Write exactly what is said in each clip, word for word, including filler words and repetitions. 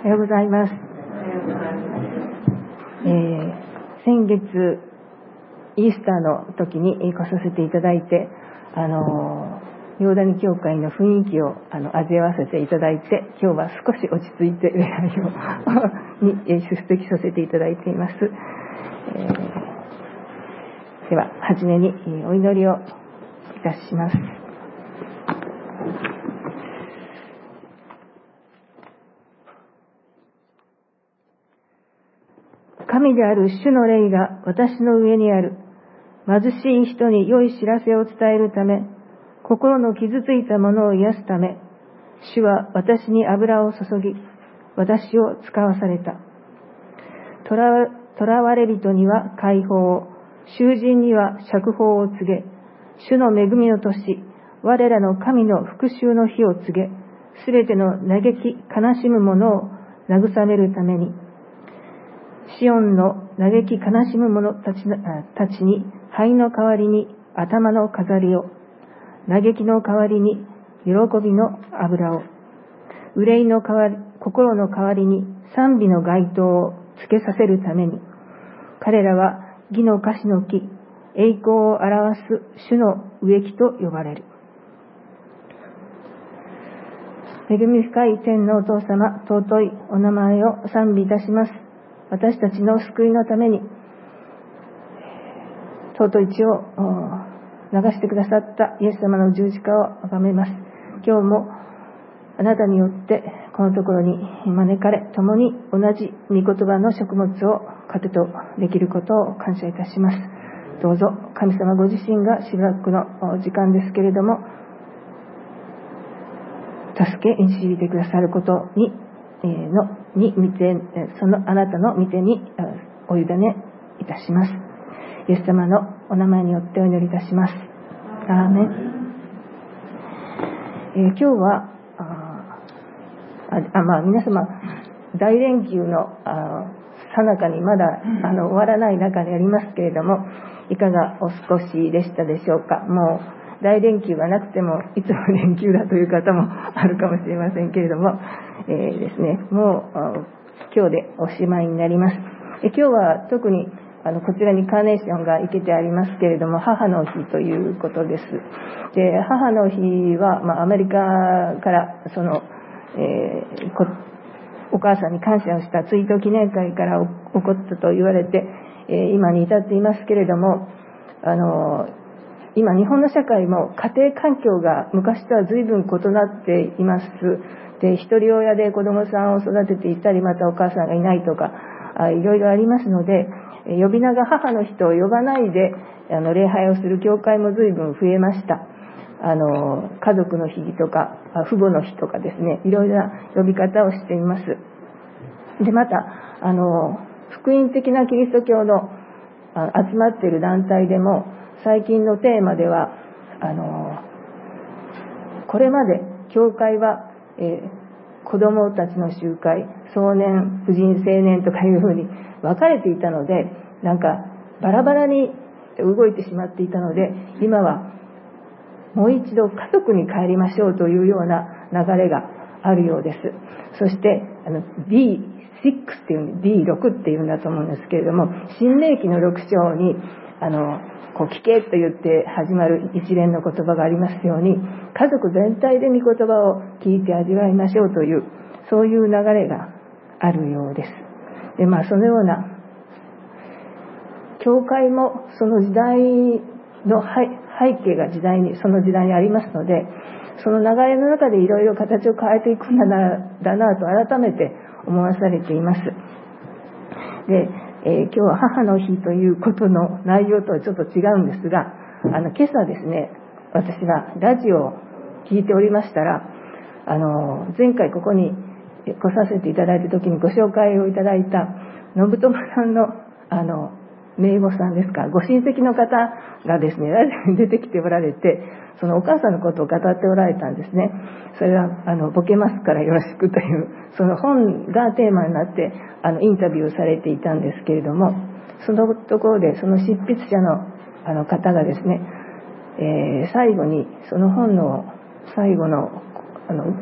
おはようございます。えー、先月イースターの時に来させていただいて、あのヨーダニ教会の雰囲気をあの味わわせていただいて、今日は少し落ち着いて礼拝をに出席させていただいています。えー、でははじめにお祈りをいたします。神である主の霊が私の上にある。貧しい人に良い知らせを伝えるため、心の傷ついたものを癒すため、主は私に油を注ぎ、私を使わされた。囚われ人には解放を、囚人には釈放を告げ、主の恵みの年、我らの神の復讐の日を告げ、すべての嘆き悲しむ者を慰めるために、シオンの嘆き悲しむ者たちに灰の代わりに頭の飾りを、嘆きの代わりに喜びの油を、憂いの代わり、心の代わりに賛美の街灯をつけさせるために、彼らは義の樫の木、栄光を表す主の植木と呼ばれる。恵み深い天のお父様、尊いお名前を賛美いたします。私たちの救いのために尊い血を流してくださったイエス様の十字架を崇めます。今日もあなたによってこのところに招かれ、共に同じ御言葉の食物を糧とできることを感謝いたします。どうぞ神様ご自身がしばらくの時間ですけれども、助け導いてくださることにのに見て、そのあなたの御手にお委ねいたします。イエス様のお名前によってお祈りいたします。アーメン。えー、今日はああ、まあ、皆様大連休の最中にまだあの終わらない中にありますけれども、いかがお過ごしでしたでしょうか。もう大連休がなくてもいつも連休だという方もあるかもしれませんけれども、えー、ですね、もう今日でおしまいになります。え今日は特にあのこちらにカーネーションが生けてありますけれども、母の日ということです。で、母の日は、まあ、アメリカからその、えー、こお母さんに感謝をした追悼記念会から起こったと言われて、えー、今に至っていますけれども、あの今日本の社会も家庭環境が昔とは随分異なっています。で、一人親で子供さんを育てていたり、またお母さんがいないとか、あいろいろありますので、呼び名が母の日と呼ばないであの礼拝をする教会も随分増えました。あの家族の日とか父母の日とかですね、いろいろな呼び方をしています。で、またあの福音的なキリスト教のあ集まっている団体でも最近のテーマでは、あのこれまで教会は、えー、子供たちの集会、少年、婦人、青年とかいうふうに分かれていたので、なんかバラバラに動いてしまっていたので、今はもう一度家族に帰りましょうというような流れがあるようです。そしてあの ディーシックス っていう ディーシックス っていうんだと思うんですけれども、新明記のろく章にあのこう聞けと言って始まる一連の言葉がありますように、家族全体で御言葉を聞いて味わいましょうという、そういう流れがあるようです。で、まあそのような教会もその時代の背景が時代にその時代にありますので、その流れの中でいろいろ形を変えていくんだな、だなと改めて思わされています。で、えー、今日は母の日ということの内容とはちょっと違うんですが、あの今朝ですね、私がラジオを聞いておりましたら、あの前回ここに来させていただいた時にご紹介をいただいた信友さんのあの名簿さんですか、ご親戚の方がですね、ラジオに出てきておられて、そのお母さんのことを語っておられたんですね。それはあのボケますからよろしくという、その本がテーマになってあのインタビューをされていたんですけれども、そのところでその執筆者のあの方がですね、えー、最後にその本の最後のあの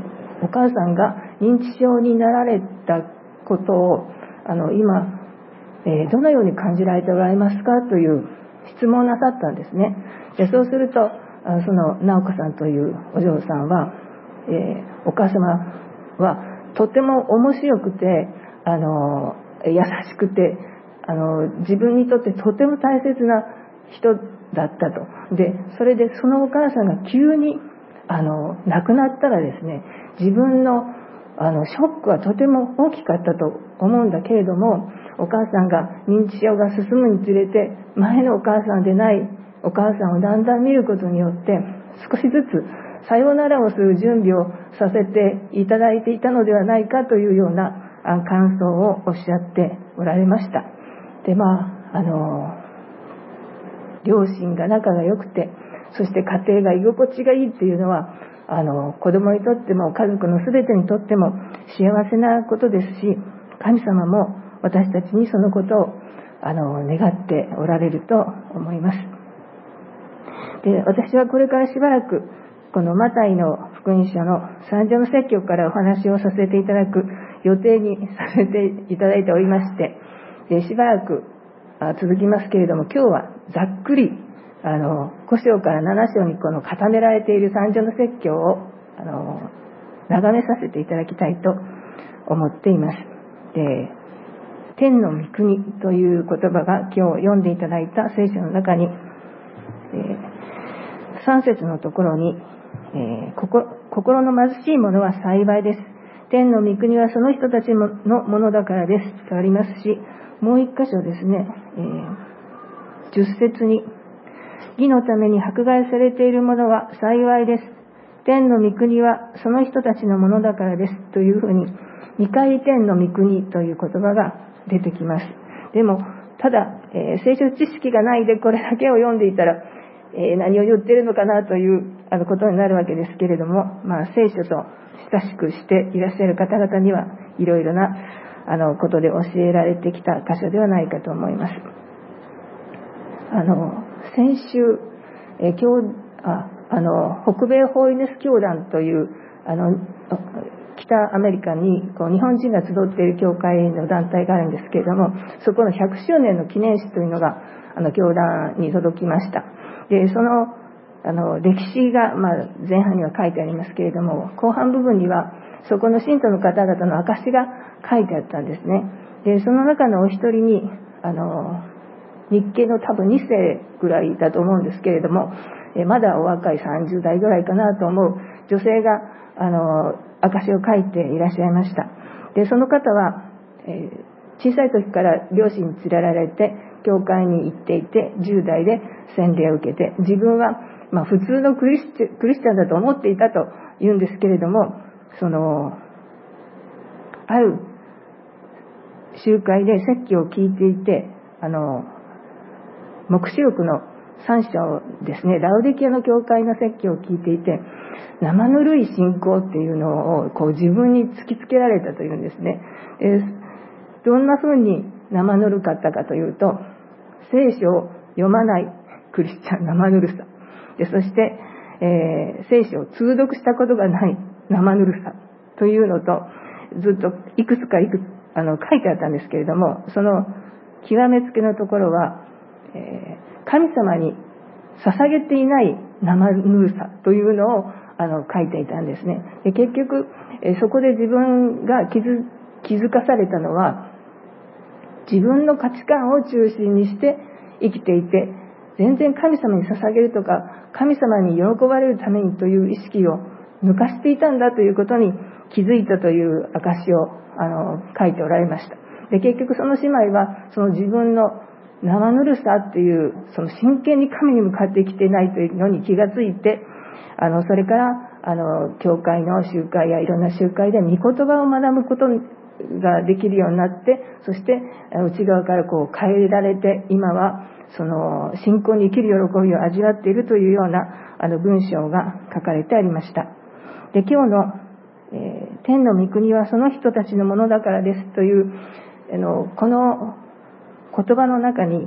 お母さんが認知症になられたことをあの今、えー、どのように感じられておられますかという質問をなさったんですね。でそうするとその直子さんというお嬢さんは、えー、お母様はとても面白くてあの優しくてあの自分にとってとても大切な人だったと。でそれでそのお母さんが急にあの亡くなったらですね、自分のあのショックはとても大きかったと思うんだけれども、お母さんが認知症が進むにつれて前のお母さんでないお母さんをだんだん見ることによって少しずつさよならをする準備をさせていただいていたのではないかというような感想をおっしゃっておられました。でまああの両親が仲が良くて、そして家庭が居心地がいいっていうのはあの子供にとっても家族の全てにとっても幸せなことですし、神様も私たちにそのことをあの願っておられると思います。で私はこれからしばらくこのマタイの福音書の三条の説教からお話をさせていただく予定にさせていただいておりまして、でしばらく続きますけれども、今日はざっくりあのご章からなな章にこの固められている三条の説教をあの眺めさせていただきたいと思っています。で天の御国という言葉が今日読んでいただいた聖書の中に、えー、さん節のところに、えー、心の貧しい者は幸いです、天の御国はその人たちのものだからですとありますし、もう一箇所ですね、えー、じゅっ節に、義のために迫害されている者は幸いです、天の御国はその人たちのものだからですというふうににかい天の御国という言葉が出てきます。でもただ、えー、聖書知識がないでこれだけを読んでいたら、えー、何を言っているのかなというあのことになるわけですけれども、まあ、聖書と親しくしていらっしゃる方々にはいろいろなあのことで教えられてきた箇所ではないかと思います。あの先週、えー、教ああの北米ホーリネス教団というあの北アメリカにこう日本人が集っている教会の団体があるんですけれども、そこのひゃくしゅうねんの記念誌というのがあの教団に届きました。でそのあの歴史が、まあ、前半には書いてありますけれども、後半部分にはそこの信徒の方々の証が書いてあったんですね。でその中のお一人にあの日系の多分に世ぐらいだと思うんですけれども、えまだお若いさんじゅう代ぐらいかなと思う女性があの証を書いていらっしゃいました。でその方は、えー、小さい時から両親に連れられて教会に行っていて、じゅう代で洗礼を受けて、自分は、まあ、普通のクリスチャン、クリスチャンだと思っていたというんですけれども、そのある集会で説教を聞いていて、あの黙示録のさん章ですね、ラウディキアの教会の説教を聞いていて、生ぬるい信仰っていうのをこう自分に突きつけられたというんですね。えどんな風に生ぬるかったかというと、聖書を読まないクリスチャン、生ぬるさで、そして、えー、聖書を通読したことがない生ぬるさというのと、ずっといくつかいくつあの書いてあったんですけれども、その極めつけのところは、えー、神様に捧げていない生ぬるさというのをあの書いていたんですね。で結局、えー、そこで自分が気づ、気づかされたのは、自分の価値観を中心にして生きていて、全然神様に捧げるとか神様に喜ばれるためにという意識を抜かしていたんだということに気づいたという証をあの書いておられました。で結局その姉妹はその自分の生ぬるさっていうその真剣に神に向かって生きていないというのに気がついて、あのそれからあの教会の集会やいろんな集会で御言葉を学ぶことができるようになって、そして内側からこう変えられて、今はその信仰に生きる喜びを味わっているというようなあの文章が書かれてありました。で今日の、えー、天の御国はその人たちのものだからですというあのこの言葉の中に、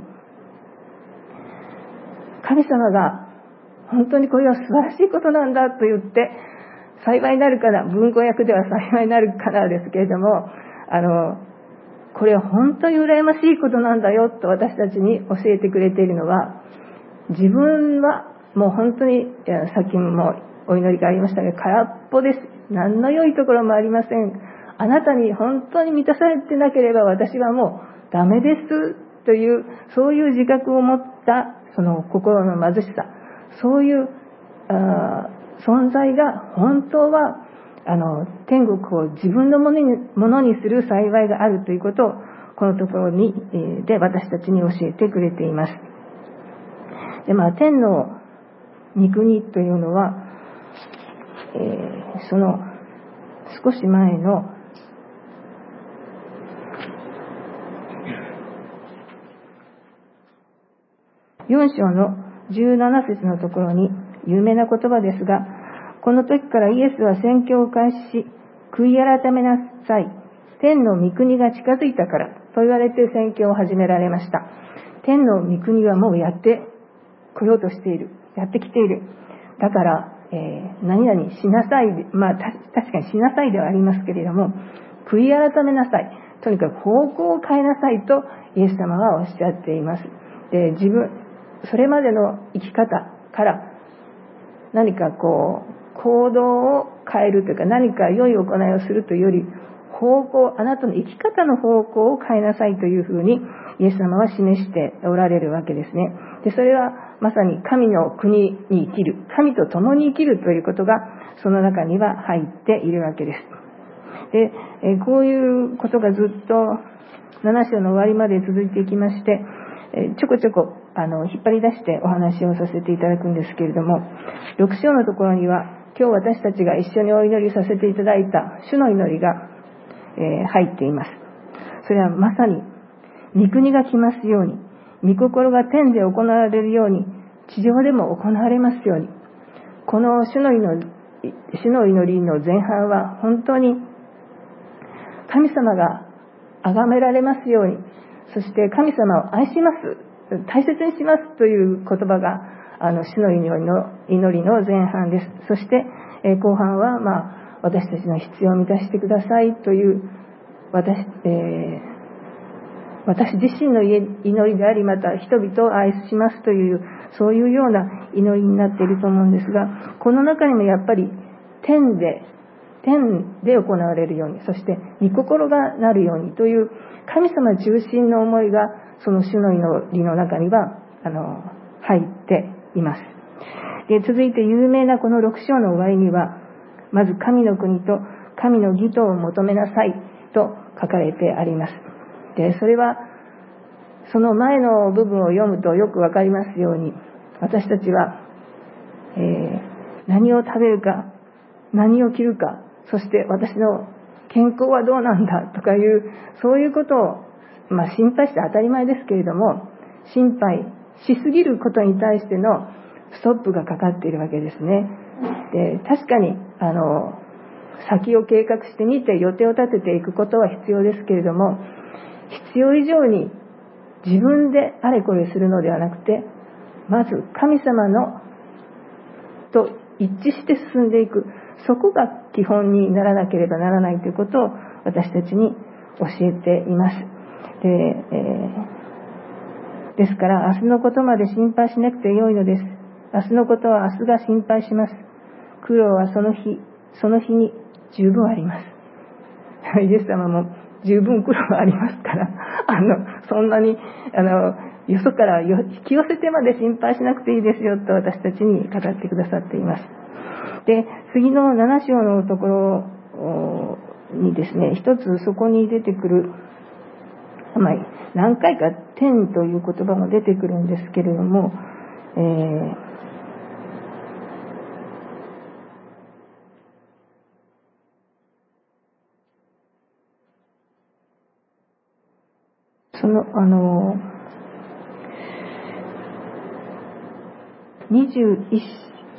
神様が本当にこれは素晴らしいことなんだと言って幸いになるかな、文語訳では幸いになるかなですけれども、あの、これは本当に羨ましいことなんだよと私たちに教えてくれているのは、自分はもう本当に、さっきもお祈りがありましたが、空っぽです。何の良いところもありません。あなたに本当に満たされてなければ私はもうダメですという、そういう自覚を持ったその心の貧しさ、そういうあ存在が本当はあの天国を自分のものに、ものにする幸いがあるということをこのところに、えー、で私たちに教えてくれています。で、まあ、天の御国というのは、えー、その少し前のよん章のじゅうなな節のところに有名な言葉ですが、この時からイエスは宣教を開始し、悔い改めなさい、天の御国が近づいたからと言われて宣教を始められました。天の御国はもうやって来ようとしている、やってきている。だから、えー、何々しなさい、まあ確かにしなさいではありますけれども、悔い改めなさい、とにかく方向を変えなさいとイエス様はおっしゃっています。で、自分それまでの生き方から何かこう行動を変えるというか、何か良い行いをするというより、方向、あなたの生き方の方向を変えなさいというふうにイエス様は示しておられるわけですね。で、それはまさに神の国に生きる、神と共に生きるということがその中には入っているわけです。で、えこういうことがずっとなな章の終わりまで続いていきまして、えちょこちょこあの引っ張り出してお話をさせていただくんですけれども、ろく章のところには今日私たちが一緒にお祈りさせていただいた主の祈りが、えー、入っています。それはまさに御国が来ますように、御心が天で行われるように地上でも行われますように。この主の祈り、主の祈りの前半は本当に神様が崇められますように、そして神様を愛します、大切にしますという言葉があの主の祈りの祈りの前半です。そして、えー、後半は、まあ、私たちの必要を満たしてくださいという私、えー、私自身の祈りであり、また人々を愛しますという、そういうような祈りになっていると思うんですが、この中にもやっぱり天で天で行われるように、そして御心がなるようにという神様中心の思いがその主の祈りの中にはあの入っています。で、続いて有名なこのろく章の終わりには、まず神の国と神の義とを求めなさいと書かれてあります。で、それはその前の部分を読むとよくわかりますように、私たちは、えー、何を食べるか、何を着るか、そして私の健康はどうなんだとかいう、そういうことを、まあ、心配して当たり前ですけれども、心配しすぎることに対してのストップがかかっているわけですね。で、確かにあの先を計画してみて予定を立てていくことは必要ですけれども、必要以上に自分であれこれするのではなくて、まず神様のと一致して進んでいく、そこが基本にならなければならないということを私たちに教えています。で、えー、ですから明日のことまで心配しなくてよいのです。明日のことは明日が心配します。苦労はその日その日に十分あります。イエス様も十分苦労がありますから、あのそんなにあのよそから引き寄せてまで心配しなくていいですよと私たちに語ってくださっています。で、次のなな章のところにですね、一つそこに出てくる、まあ、何回か天という言葉も出てくるんですけれども、えー、そのあのにじゅういち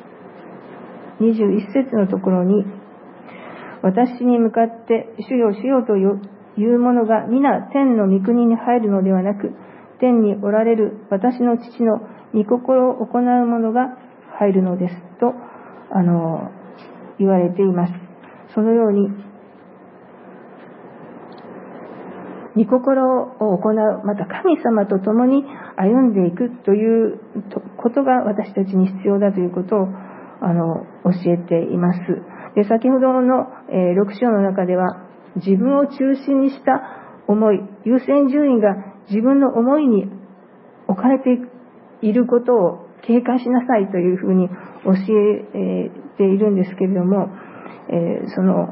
節のところに、私に向かって主よ主よというものが皆天の御国に入るのではなく、天におられる私の父の御心を行う者が入るのですと、あの言われています。そのように御心を行う、また神様と共に歩んでいくということが私たちに必要だということをあの教えています。で、先ほどの、えー、ろく章の中では、自分を中心にした思い、優先順位が自分の思いに置かれていることを警戒しなさいというふうに教えているんですけれども、えー、その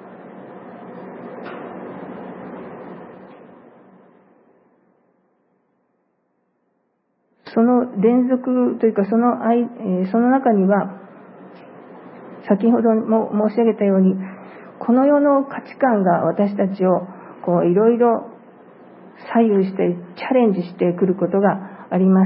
その連続というか、そのその中には、先ほども申し上げたように、この世の価値観が私たちをこういろいろ左右してチャレンジしてくることがあります。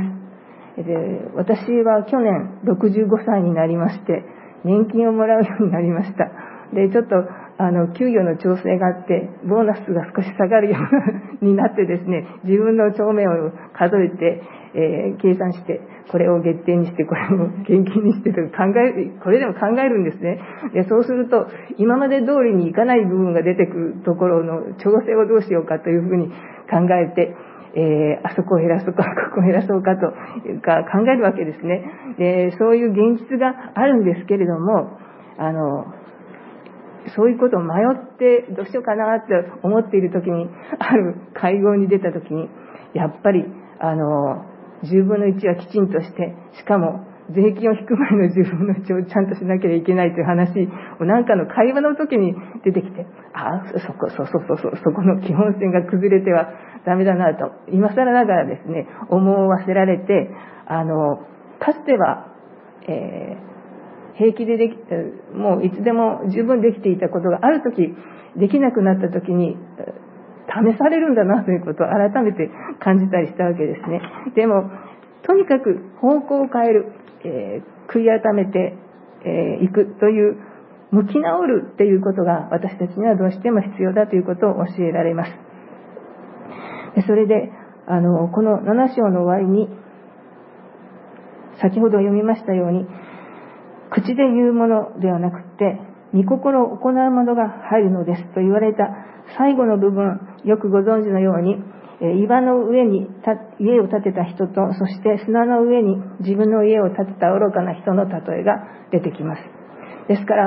で、私は去年ろくじゅうごさいになりまして、年金をもらうようになりました。で、ちょっとあの給与の調整があって、ボーナスが少し下がるようになってですね、自分の帳面を数えて、えー、計算して、これを月定にして、これを現金にしてと考え、これでも考えるんですね。で、そうすると、今まで通りにいかない部分が出てくるところの調整をどうしようかというふうに考えて、えー、あそこを減らそうか、ここを減らそうかとか考えるわけですね。で、そういう現実があるんですけれども、あの、そういうことを迷ってどうしようかなって思っている時に、ある会合に出た時に、やっぱり、あの、じゅうぶんのいちはきちんとして、しかも税金を引く前のじゅうぶんのいちをちゃんとしなければいけないという話をなんかの会話の時に出てきて、ああ、そこ、そうそうそうそう、そこの基本線が崩れてはダメだなと、今更ながらですね、思わせられて、あの、かつては、えー平気ででき、もういつでも十分できていたことがあるとき、できなくなったときに、試されるんだなということを改めて感じたりしたわけですね。でも、とにかく方向を変える、えー、悔い改めてい、えー、くという、向き直るっていうことが私たちにはどうしても必要だということを教えられます。それで、あの、このなな章の終わりに、先ほど読みましたように、口で言うものではなくて、御心を行うものが入るのですと言われた最後の部分、よくご存知のように、岩の上に家を建てた人と、そして砂の上に自分の家を建てた愚かな人の例えが出てきます。ですから、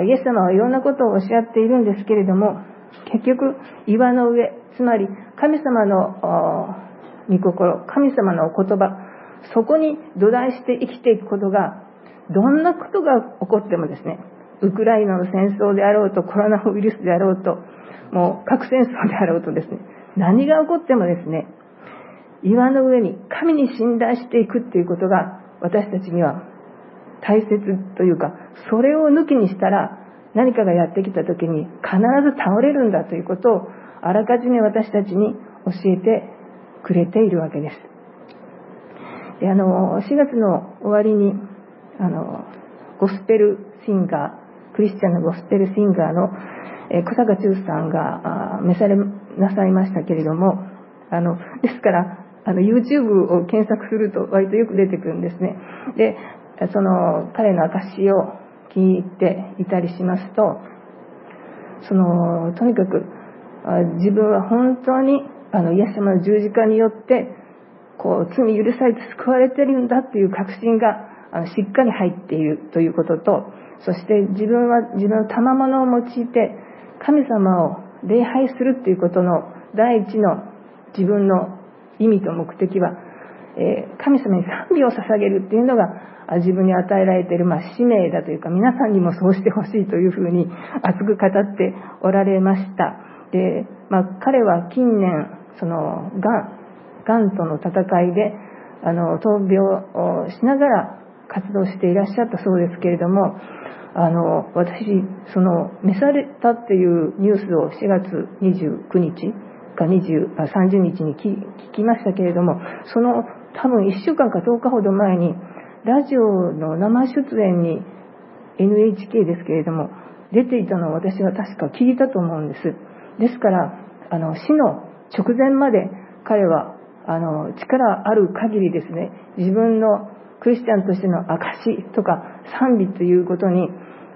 イエス様はいろんなことをおっしゃっているんですけれども、結局、岩の上、つまり神様の御心、神様のお言葉、そこに土台して生きていくことが、どんなことが起こってもですね、ウクライナの戦争であろうと、コロナウイルスであろうと、もう核戦争であろうとですね、何が起こってもですね、岩の上に神に信頼していくっていうことが私たちには大切というか、それを抜きにしたら何かがやってきた時に必ず倒れるんだということをあらかじめ私たちに教えてくれているわけです。で、あのしがつの終わりにあのゴスペルシンガー、クリスチャンのゴスペルシンガーの、えー、小坂忠さんが召されなさいましたけれども、あのですからあの YouTube を検索すると割とよく出てくるんですね。で、その彼の証を聞いていたりしますと、そのとにかく自分は本当にあのイエス様の十字架によってこう罪許されて救われているんだっていう確信があのしっかり入っているということと、そして自分は自分の賜物を用いて神様を礼拝するっていうことの第一の自分の意味と目的は、えー、神様に賛美を捧げるっていうのが自分に与えられている、まあ、使命だというか、皆さんにもそうしてほしいというふうに熱く語っておられました。で、まあ、彼は近年そのがん、がんとの戦いであの闘病をしながら活動していらっしゃったそうですけれども、あの私その召されたっていうニュースをしがつにじゅうくにちかにじゅう、さんじゅうにちに聞きましたけれども、その多分いっしゅうかんかとおかほど前にラジオの生出演に エヌエイチケー ですけれども出ていたのを私は確か聞いたと思うんです。ですからあの死の直前まで彼はあの力ある限りですね、自分のクリスチャンとしての証とか賛美ということに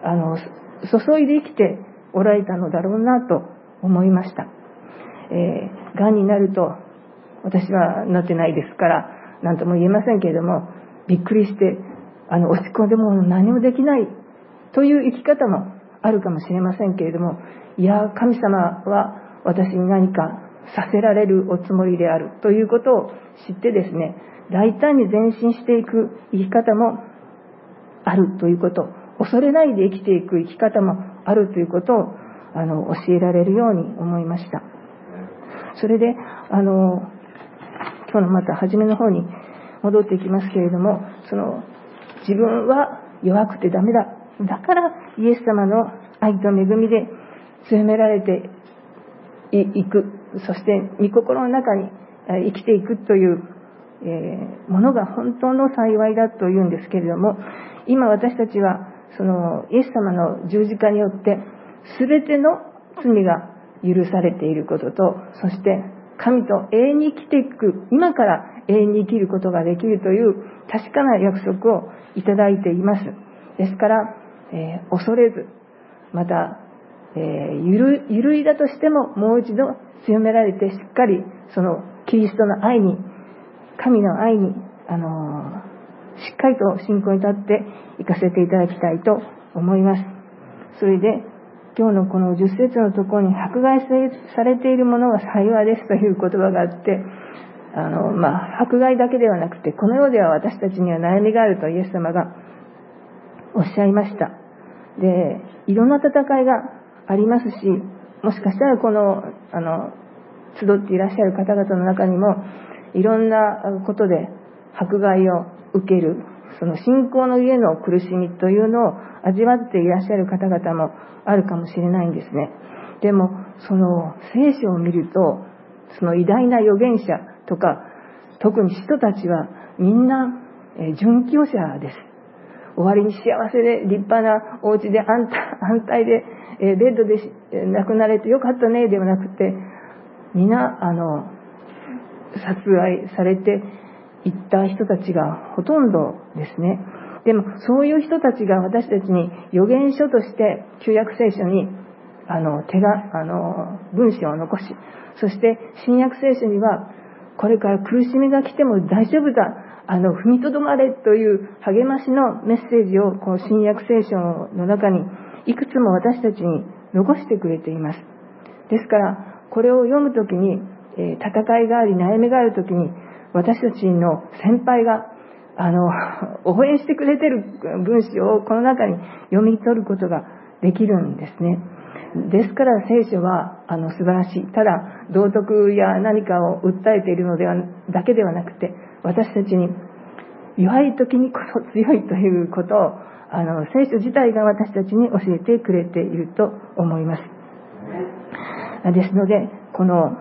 あの注いで生きておられたのだろうなと思いました。えー、がんになると、私はなってないですから何とも言えませんけれども、びっくりしてあの落ち込んでも何もできないという生き方もあるかもしれませんけれども、いや神様は私に何かさせられるおつもりであるということを知ってですね、大胆に前進していく生き方もあるということ、恐れないで生きていく生き方もあるということをあの教えられるように思いました。それであの今日のまた初めの方に戻っていきますけれども、その自分は弱くてダメだ、だからイエス様の愛と恵みで強められていく、そして御心の中に生きていくという、えー、ものが本当の幸いだというんですけれども、今私たちはそのイエス様の十字架によって全ての罪が許されていることと、そして神と永遠に生きていく、今から永遠に生きることができるという確かな約束をいただいています。ですから、えー、恐れず、また、えー、ゆる、揺るいだとしてももう一度強められて、しっかりそのキリストの愛に、神の愛に、あのー、しっかりと信仰に立って生かせていただきたいと思います。それで今日のこのじゅっ節のところに、迫害されているものは幸いですという言葉があって、あの、まあ、迫害だけではなくて、この世では私たちには悩みがあるとイエス様がおっしゃいました。で、いろんな戦いがありますし、もしかしたらこの、あの、集っていらっしゃる方々の中にも、いろんなことで迫害を受ける、その信仰の家の苦しみというのを味わっていらっしゃる方々もあるかもしれないんですね。でもその聖書を見ると、その偉大な預言者とか特に使徒たちはみんな殉教者です。終わりに幸せで立派なお家で安泰でベッドで亡くなれてよかったねではなくて、みんなあの殺害されていった人たちがほとんどですね。でもそういう人たちが私たちに預言書として旧約聖書にあの手があの文章を残し、そして新約聖書にはこれから苦しみが来ても大丈夫だ、あの踏みとどまれという励ましのメッセージをこの新約聖書の中にいくつも私たちに残してくれています。ですからこれを読むときに、えー、戦いがあり悩みがあるときに、私たちの先輩があの応援してくれている文章をこの中に読み取ることができるんですね。ですから聖書はあの素晴らしい。ただ道徳や何かを訴えているのではだけではなくて、私たちに弱い時にこそ強いということをあの聖書自体が私たちに教えてくれていると思います。ですので、この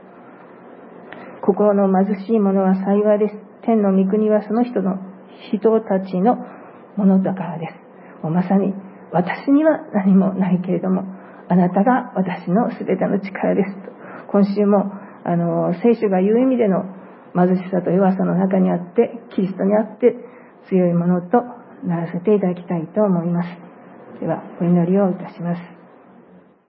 心の貧しい者は幸いです。天の御国はその人の人たちのものだからです。まさに私には何もないけれども、あなたが私のすべての力ですと。今週もあの聖書が言う意味での貧しさと弱さの中にあって、キリストにあって強いものとならせていただきたいと思います。ではお祈りをいたします。